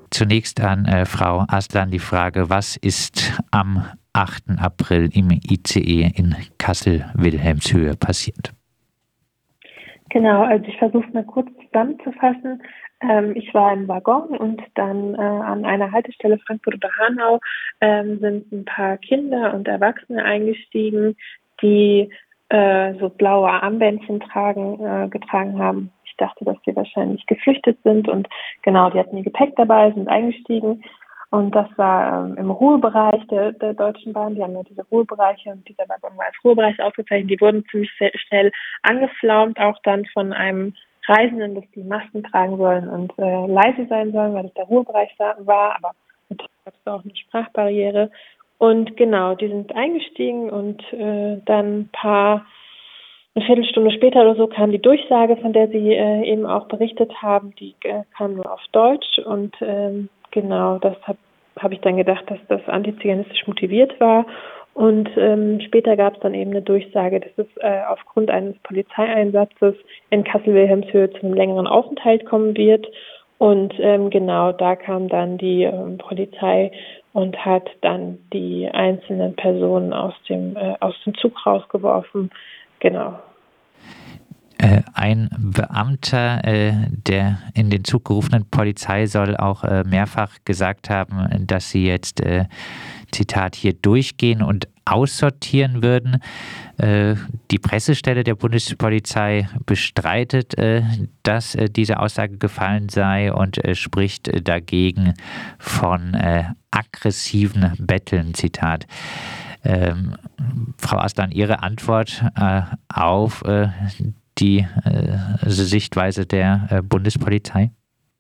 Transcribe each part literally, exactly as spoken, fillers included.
zunächst an äh, Frau Aslan die Frage, was ist am achten April im I C E in Kassel-Wilhelmshöhe passiert? Genau, also ich versuche es mal kurz zusammenzufassen. Ähm, ich war im Waggon und dann äh, an einer Haltestelle Frankfurt oder Hanau ähm, sind ein paar Kinder und Erwachsene eingestiegen, die äh, so blaue Armbändchen tragen, äh, getragen haben. Ich dachte, dass sie wahrscheinlich geflüchtet sind und genau, die hatten ihr Gepäck dabei, sind eingestiegen. Und das war ähm, im Ruhebereich der, der Deutschen Bahn. Die haben ja diese Ruhebereiche und dieser Waggon war als Ruhebereich aufgezeichnet. Die wurden ziemlich sehr schnell angeflaumt, auch dann von einem Reisenden, dass die Masken tragen sollen und äh, leise sein sollen, weil das der Ruhebereich war. Aber natürlich gab es auch eine Sprachbarriere. Und genau, die sind eingestiegen und äh, dann ein paar, eine Viertelstunde später oder so kam die Durchsage, von der Sie äh, eben auch berichtet haben. Die äh, kam nur auf Deutsch und ähm, genau, das habe hab ich dann gedacht, dass das antiziganistisch motiviert war. Und ähm, später gab es dann eben eine Durchsage, dass es äh, aufgrund eines Polizeieinsatzes in Kassel-Wilhelmshöhe zu einem längeren Aufenthalt kommen wird. Und ähm, genau, da kam dann die ähm, Polizei und hat dann die einzelnen Personen aus dem, äh, aus dem Zug rausgeworfen. Genau. Äh, ein Beamter äh, der in den Zug gerufenen Polizei soll auch äh, mehrfach gesagt haben, dass sie jetzt, äh, Zitat, hier durchgehen und aussortieren würden. Äh, die Pressestelle der Bundespolizei bestreitet, äh, dass äh, diese Aussage gefallen sei und äh, spricht äh, dagegen von äh, aggressiven Betteln, Zitat. Ähm, Frau Aslan, Ihre Antwort äh, auf äh, die äh, Sichtweise der äh, Bundespolizei?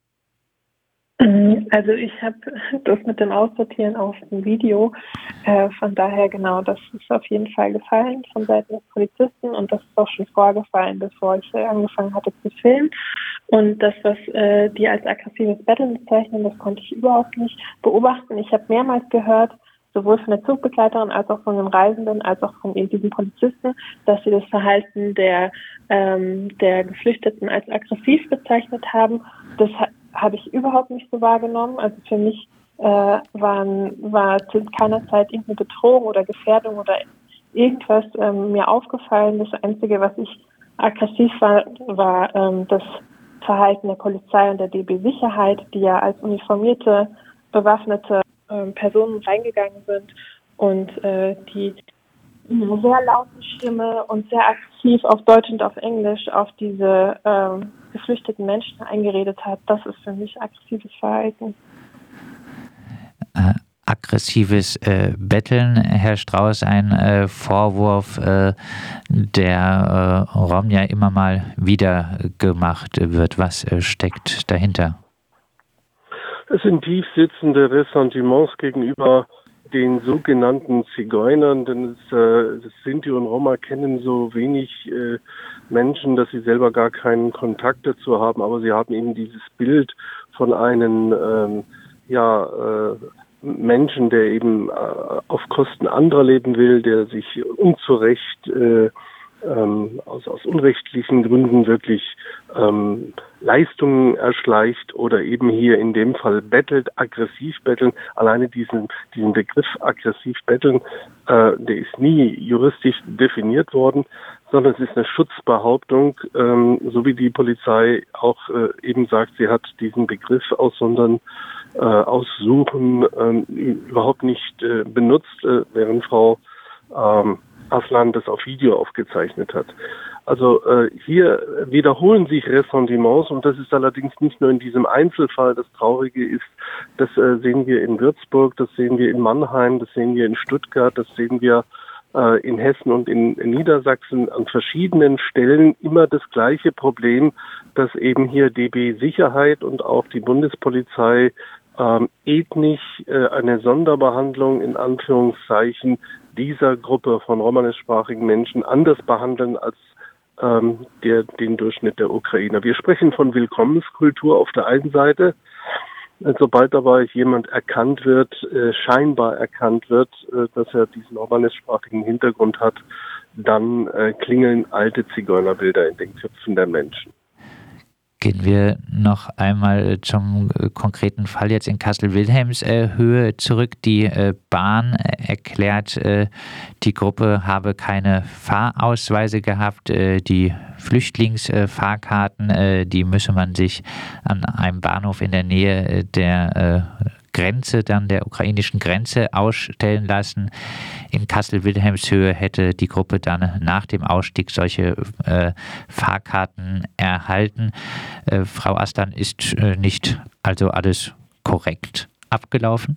Also ich habe das mit dem Aussortieren auf dem Video, äh, von daher genau, das ist auf jeden Fall gefallen von Seiten des Polizisten und das ist auch schon vorgefallen, bevor ich äh, angefangen hatte zu filmen. Und das, was äh, die als aggressives Betteln bezeichnen, das konnte ich überhaupt nicht beobachten. Ich habe mehrmals gehört, sowohl von der Zugbegleiterin als auch von den Reisenden, als auch von diesem Polizisten, dass sie das Verhalten der, ähm, der Geflüchteten als aggressiv bezeichnet haben. Das ha- habe ich überhaupt nicht so wahrgenommen. Also für mich äh, waren, war zu keiner Zeit irgendeine Bedrohung oder Gefährdung oder irgendwas ähm, mir aufgefallen. Das Einzige, was ich aggressiv war, war ähm, das Verhalten der Polizei und der D B Sicherheit, die ja als uniformierte, bewaffnete Personen reingegangen sind und äh, die in einer sehr lauten Stimme und sehr aktiv auf Deutsch und auf Englisch auf diese ähm, geflüchteten Menschen eingeredet hat. Das ist für mich aggressives Verhalten. Äh, aggressives äh, Betteln, Herr Strauß, ein äh, Vorwurf, äh, der äh, Rom ja immer mal wieder gemacht wird. Was äh, steckt dahinter? Es sind tief sitzende Ressentiments gegenüber den sogenannten Zigeunern, denn es, äh, Sinti und Roma kennen so wenig äh, Menschen, dass sie selber gar keinen Kontakt dazu haben, aber sie haben eben dieses Bild von einem ähm, ja, äh, Menschen, der eben äh, auf Kosten anderer leben will, der sich unzurecht äh, Ähm, aus, aus unrechtlichen Gründen wirklich ähm, Leistungen erschleicht oder eben hier in dem Fall bettelt, aggressiv betteln. Alleine diesen, diesen Begriff aggressiv betteln, äh, der ist nie juristisch definiert worden, sondern es ist eine Schutzbehauptung, ähm, so wie die Polizei auch äh, eben sagt, sie hat diesen Begriff aussondern, äh, aussuchen, äh, überhaupt nicht äh, benutzt, äh, während Frau ähm, Aslan das auf Video aufgezeichnet hat. Also äh, hier wiederholen sich Ressentiments und das ist allerdings nicht nur in diesem Einzelfall. Das Traurige ist, das äh, sehen wir in Würzburg, das sehen wir in Mannheim, das sehen wir in Stuttgart, das sehen wir äh, in Hessen und in, in Niedersachsen an verschiedenen Stellen immer das gleiche Problem, dass eben hier D B Sicherheit und auch die Bundespolizei ähm, ethnisch äh, eine Sonderbehandlung in Anführungszeichen dieser Gruppe von romanischsprachigen Menschen anders behandeln als ähm, der, den Durchschnitt der Ukrainer. Wir sprechen von Willkommenskultur auf der einen Seite. Sobald dabei jemand erkannt wird, äh, scheinbar erkannt wird, äh, dass er diesen romanischsprachigen Hintergrund hat, dann äh, klingeln alte Zigeunerbilder in den Köpfen der Menschen. Gehen wir noch einmal zum konkreten Fall jetzt in Kassel-Wilhelmshöhe zurück. Die Bahn erklärt, die Gruppe habe keine Fahrausweise gehabt. Die Flüchtlingsfahrkarten, die müsse man sich an einem Bahnhof in der Nähe der Grenze, dann der ukrainischen Grenze ausstellen lassen. In Kassel-Wilhelmshöhe hätte die Gruppe dann nach dem Ausstieg solche äh, Fahrkarten erhalten. Äh, Frau Aslan, ist äh, nicht also alles korrekt abgelaufen?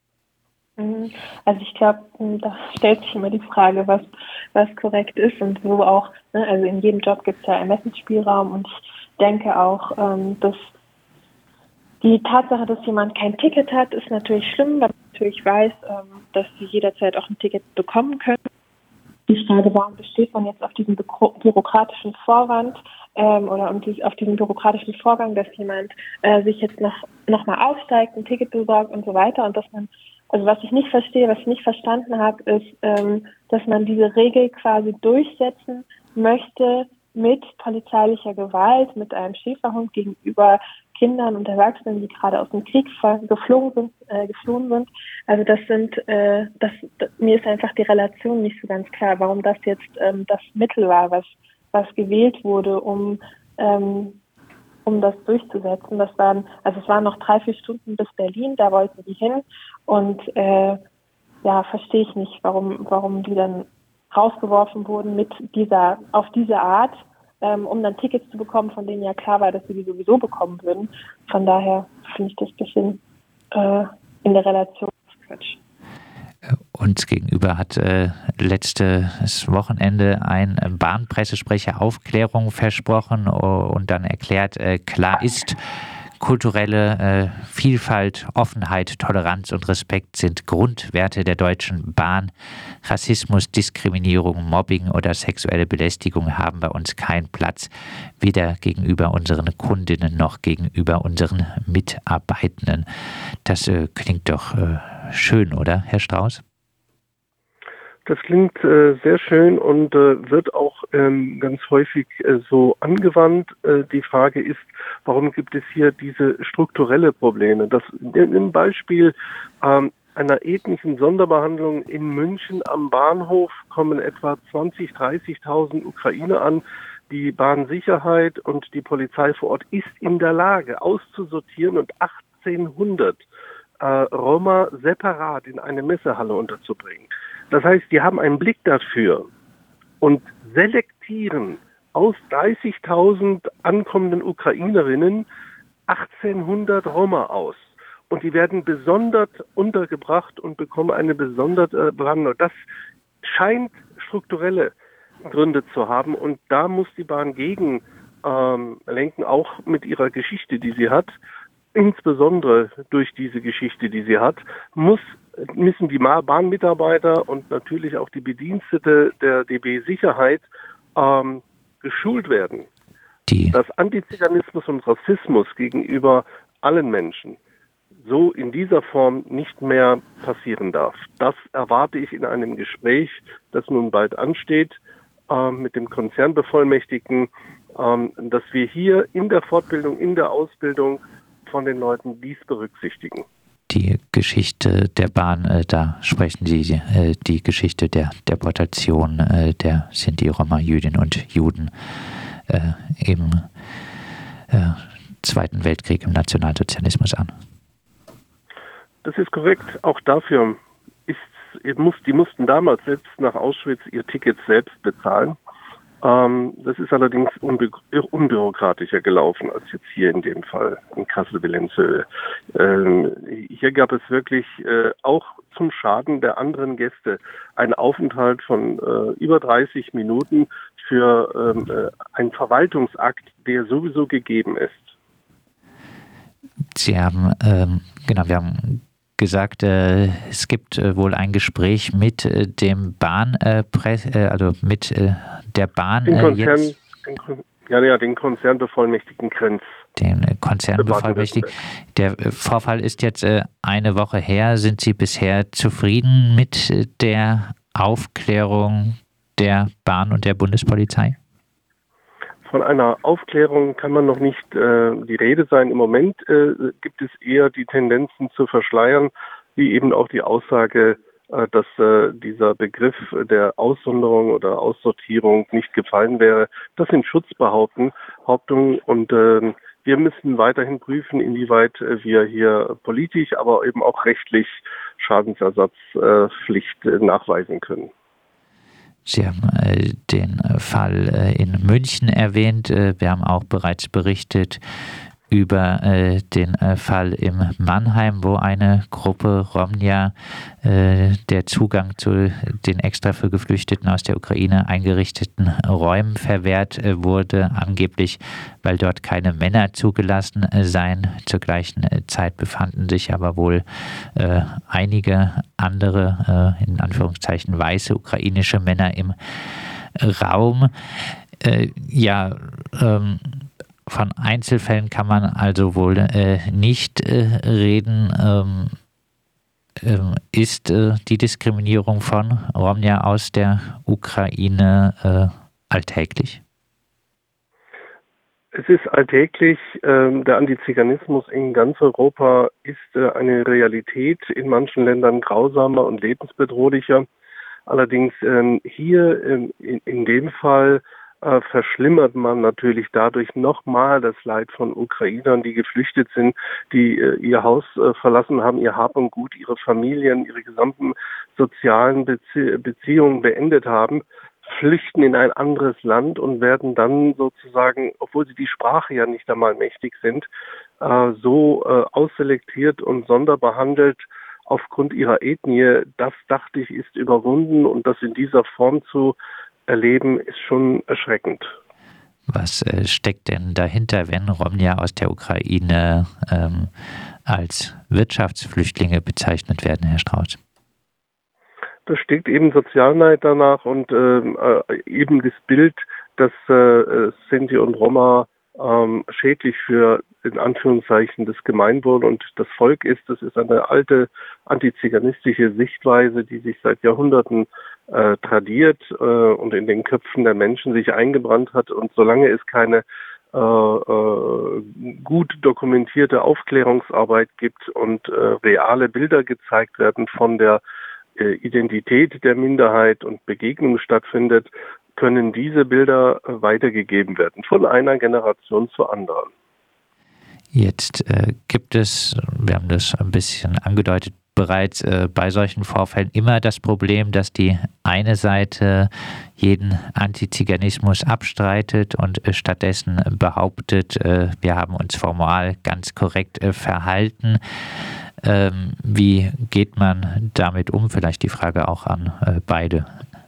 Also ich glaube, da stellt sich immer die Frage, was, was korrekt ist und wo auch, ne, also in jedem Job gibt es ja Ermessensspielraum und ich denke auch, ähm, dass die Tatsache, dass jemand kein Ticket hat, ist natürlich schlimm, weil man natürlich weiß, dass sie jederzeit auch ein Ticket bekommen können. Die Frage, warum besteht man jetzt auf diesem bürokratischen Vorwand ähm, oder auf diesem bürokratischen Vorgang, dass jemand äh, sich jetzt noch, noch mal aufsteigt, ein Ticket besorgt und so weiter und dass man, also was ich nicht verstehe, was ich nicht verstanden habe, ist, ähm, dass man diese Regel quasi durchsetzen möchte mit polizeilicher Gewalt, mit einem Schäferhund gegenüber Kindern und Erwachsenen, die gerade aus dem Krieg geflogen sind, äh, geflohen sind. Also das sind, äh, das, das, mir ist einfach die Relation nicht so ganz klar, warum das jetzt ähm, das Mittel war, was, was gewählt wurde, um, ähm, um das durchzusetzen. Das waren, also es waren noch drei, vier Stunden bis Berlin, da wollten die hin und äh, ja, verstehe ich nicht, warum, warum die dann rausgeworfen wurden mit dieser, auf diese Art, ähm, um dann Tickets zu bekommen, von denen ja klar war, dass sie die sowieso bekommen würden. Von daher finde ich das ein bisschen äh, in der Relation Quatsch. Uns gegenüber hat äh, letztes Wochenende ein Bahnpressesprecher Aufklärung versprochen und dann erklärt, äh, klar ist, kulturelle äh, Vielfalt, Offenheit, Toleranz und Respekt sind Grundwerte der Deutschen Bahn. Rassismus, Diskriminierung, Mobbing oder sexuelle Belästigung haben bei uns keinen Platz, weder gegenüber unseren Kundinnen noch gegenüber unseren Mitarbeitenden. Das äh, klingt doch äh, schön, oder, Herr Strauß? Das klingt äh, sehr schön und äh, wird auch ähm, ganz häufig äh, so angewandt. Äh, die Frage ist, warum gibt es hier diese strukturelle Probleme? Das im Beispiel ähm, einer ethnischen Sonderbehandlung in München am Bahnhof kommen etwa zwanzigtausend, dreißigtausend Ukrainer an. Die Bahnsicherheit und die Polizei vor Ort ist in der Lage, auszusortieren und achtzehnhundert äh, Roma separat in eine Messehalle unterzubringen. Das heißt, die haben einen Blick dafür und selektieren aus dreißigtausend ankommenden Ukrainerinnen achtzehnhundert Roma aus. Und die werden besonders untergebracht und bekommen eine besondere Behandlung. Das scheint strukturelle Gründe zu haben und da muss die Bahn gegen ähm, lenken, auch mit ihrer Geschichte, die sie hat. Insbesondere durch diese Geschichte, die sie hat, muss, müssen die Bahnmitarbeiter und natürlich auch die Bedienstete der D B Sicherheit ähm, geschult werden. Die. Dass Antiziganismus und Rassismus gegenüber allen Menschen so in dieser Form nicht mehr passieren darf. Das erwarte ich in einem Gespräch, das nun bald ansteht, äh, mit dem Konzernbevollmächtigten, äh, dass wir hier in der Fortbildung, in der Ausbildung von den Leuten dies berücksichtigen. Die Geschichte der Bahn, äh, da sprechen Sie äh, die Geschichte der Deportation äh, der Sinti, Roma, Jüdinnen und Juden äh, im äh, Zweiten Weltkrieg im Nationalsozialismus an. Das ist korrekt. Auch dafür ist, die mussten damals selbst nach Auschwitz ihr Ticket selbst bezahlen. Das ist allerdings unbü- unbürokratischer gelaufen als jetzt hier in dem Fall in Kassel-Wilhelmshöhe. Ähm, hier gab es wirklich äh, auch zum Schaden der anderen Gäste einen Aufenthalt von äh, über dreißig Minuten für ähm, äh, einen Verwaltungsakt, der sowieso gegeben ist. Sie haben, ähm, genau, wir haben gesagt, äh, es gibt äh, wohl ein Gespräch mit äh, dem Bahn, äh, Press, äh, also mit äh, der Bahn den Konzern, äh, jetzt. Den, ja, ja, den Konzernbevollmächtigten Krenz. Den äh, Konzernbevollmächtigten. Der äh, Vorfall ist jetzt äh, eine Woche her. Sind Sie bisher zufrieden mit äh, der Aufklärung der Bahn und der Bundespolizei? Von einer Aufklärung kann man noch nicht äh, die Rede sein. Im Moment äh, gibt es eher die Tendenzen zu verschleiern, wie eben auch die Aussage, äh, dass äh, dieser Begriff der Aussonderung oder Aussortierung nicht gefallen wäre. Das sind Schutzbehauptungen Behauptungen und äh, wir müssen weiterhin prüfen, inwieweit äh, wir hier politisch, aber eben auch rechtlich Schadensersatzpflicht äh, nachweisen können. Sie haben äh, den Fall äh, in München erwähnt. Äh, wir haben auch bereits berichtet über äh, den äh, Fall in Mannheim, wo eine Gruppe Romja äh, der Zugang zu den extra für Geflüchteten aus der Ukraine eingerichteten Räumen verwehrt äh, wurde, angeblich, weil dort keine Männer zugelassen äh, seien. Zur gleichen äh, Zeit befanden sich aber wohl äh, einige andere, äh, in Anführungszeichen weiße ukrainische Männer im Raum. Äh, ja, ähm, Von Einzelfällen kann man also wohl äh, nicht äh, reden. Ähm, äh, ist äh, die Diskriminierung von Romja aus der Ukraine äh, alltäglich? Es ist alltäglich. Ähm, der Antiziganismus in ganz Europa ist äh, eine Realität, in manchen Ländern grausamer und lebensbedrohlicher. Allerdings ähm, hier ähm, in, in dem Fall äh, verschlimmert man natürlich dadurch nochmal das Leid von Ukrainern, die geflüchtet sind, die äh, ihr Haus äh, verlassen haben, ihr Hab und Gut, ihre Familien, ihre gesamten sozialen Bezie- Beziehungen beendet haben, flüchten in ein anderes Land und werden dann sozusagen, obwohl sie die Sprache ja nicht einmal mächtig sind, äh, so äh, ausselektiert und sonderbehandelt aufgrund ihrer Ethnie. Das, dachte ich, ist überwunden, und das in dieser Form zu erleben, ist schon erschreckend. Was äh, steckt denn dahinter, wenn Romja aus der Ukraine ähm, als Wirtschaftsflüchtlinge bezeichnet werden, Herr Strauß? Da steckt eben Sozialneid danach und ähm, äh, eben das Bild, dass äh, Sinti und Roma ähm, schädlich für, in Anführungszeichen, das Gemeinwohl und das Volk ist. Das ist eine alte antiziganistische Sichtweise, die sich seit Jahrhunderten äh, tradiert äh, und in den Köpfen der Menschen sich eingebrannt hat. Und solange es keine äh, äh, gut dokumentierte Aufklärungsarbeit gibt und äh, reale Bilder gezeigt werden von der Identität der Minderheit und Begegnung stattfindet, können diese Bilder weitergegeben werden, von einer Generation zur anderen. Jetzt äh, gibt es, wir haben das ein bisschen angedeutet, bereits äh, bei solchen Vorfällen immer das Problem, dass die eine Seite jeden Antiziganismus abstreitet und äh, stattdessen behauptet, äh, wir haben uns formal ganz korrekt äh, verhalten. Ähm, wie geht man damit um? Vielleicht die Frage auch an äh, beide.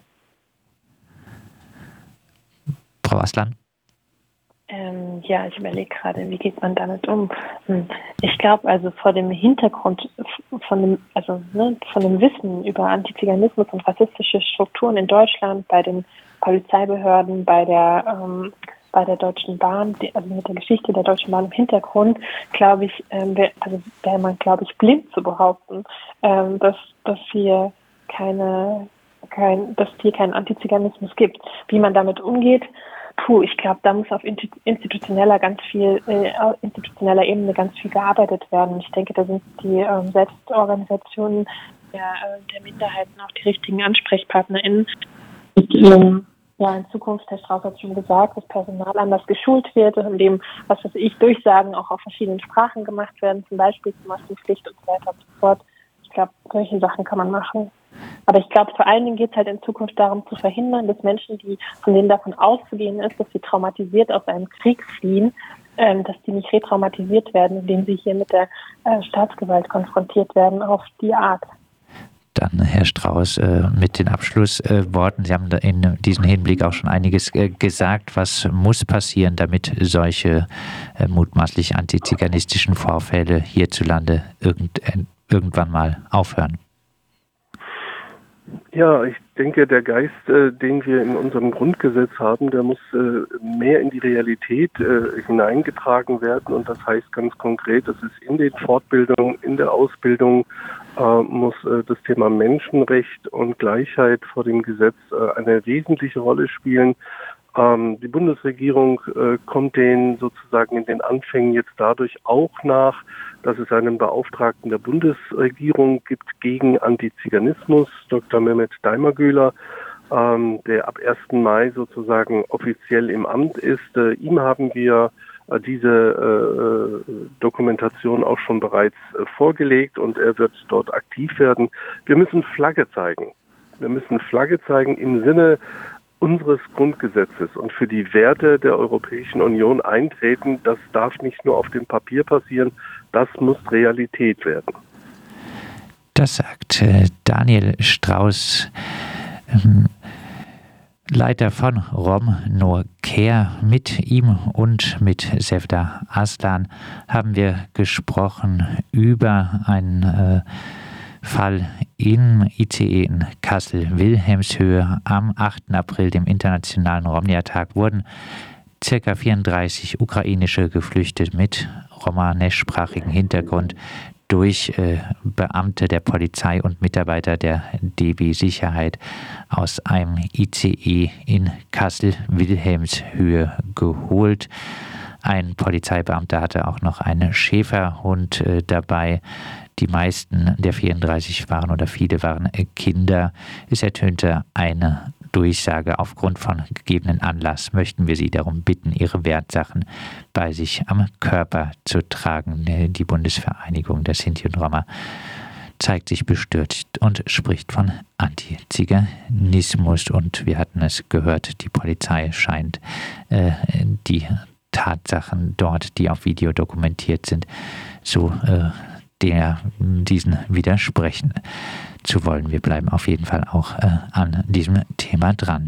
Frau Aslan? Ähm, ja, ich überlege gerade, wie geht man damit um? Hm. Ich glaube, also vor dem Hintergrund von dem, also ne, von dem Wissen über Antiziganismus und rassistische Strukturen in Deutschland, bei den Polizeibehörden, bei der ähm, bei der Deutschen Bahn, die, also mit der Geschichte der Deutschen Bahn im Hintergrund, glaube ich, ähm, wär, also wäre man, glaube ich, blind zu behaupten, ähm, dass dass hier keine kein, dass hier keinen Antiziganismus gibt. Wie man damit umgeht, puh, ich glaube, da muss auf institutioneller ganz viel, äh, institutioneller Ebene ganz viel gearbeitet werden. Ich denke, da sind die ähm, Selbstorganisationen der, äh, der Minderheiten auch die richtigen AnsprechpartnerInnen. Und, ähm, ja, in Zukunft, Herr Strauß hat schon gesagt, das Personal anders geschult wird, in dem, was weiß ich, Durchsagen auch auf verschiedenen Sprachen gemacht werden, zum Beispiel zur Maskenpflicht und so weiter und so fort. Ich glaube, solche Sachen kann man machen. Aber ich glaube, vor allen Dingen geht es halt in Zukunft darum zu verhindern, dass Menschen, die von denen davon auszugehen ist, dass sie traumatisiert aus einem Krieg fliehen, ähm, dass die nicht retraumatisiert werden, indem sie hier mit der äh, Staatsgewalt konfrontiert werden auf die Art. Dann Herr Strauß äh, mit den Abschlussworten. Sie haben in diesem Hinblick auch schon einiges äh, gesagt. Was muss passieren, damit solche äh, mutmaßlich antiziganistischen Vorfälle hierzulande irgend, äh, irgendwann mal aufhören? Ja, ich denke, der Geist, äh, den wir in unserem Grundgesetz haben, der muss äh, mehr in die Realität äh, hineingetragen werden. Und das heißt ganz konkret, dass es in den Fortbildungen, in der Ausbildung äh, muss äh, das Thema Menschenrecht und Gleichheit vor dem Gesetz äh, eine wesentliche Rolle spielen. Ähm, die Bundesregierung äh, kommt denen sozusagen in den Anfängen jetzt dadurch auch nach, dass es einen Beauftragten der Bundesregierung gibt gegen Antiziganismus, Doktor Mehmet Daimagüler, ähm, der ab ersten Mai sozusagen offiziell im Amt ist. Äh, ihm haben wir äh, diese äh, Dokumentation auch schon bereits äh, vorgelegt und er wird dort aktiv werden. Wir müssen Flagge zeigen. Wir müssen Flagge zeigen im Sinne unseres Grundgesetzes und für die Werte der Europäischen Union eintreten. Das darf nicht nur auf dem Papier passieren, das muss Realität werden. Das sagt äh, Daniel Strauß, ähm, Leiter von Rom No Care. Mit ihm und mit Sevda Aslan haben wir gesprochen über einen äh, Fall im I C E in Kassel-Wilhelmshöhe. Am achten April, dem Internationalen Romnia-Tag, wurden ca. vierunddreißig ukrainische Geflüchtete mit romanischsprachigem Hintergrund durch äh, Beamte der Polizei und Mitarbeiter der D B Sicherheit aus einem I C E in Kassel-Wilhelmshöhe geholt. Ein Polizeibeamter hatte auch noch einen Schäferhund äh, dabei. Die meisten der vierunddreißig waren oder viele waren äh, Kinder. Es ertönte eine Durchsage: Aufgrund von gegebenen Anlass möchten wir Sie darum bitten, Ihre Wertsachen bei sich am Körper zu tragen. Die Bundesvereinigung der Sinti und Roma zeigt sich bestürzt und spricht von Antiziganismus. Und wir hatten es gehört, die Polizei scheint äh, die Tatsachen dort, die auf Video dokumentiert sind, so äh, der, diesen widersprechen zu wollen. Wir bleiben auf jeden Fall auch äh, an diesem Thema dran.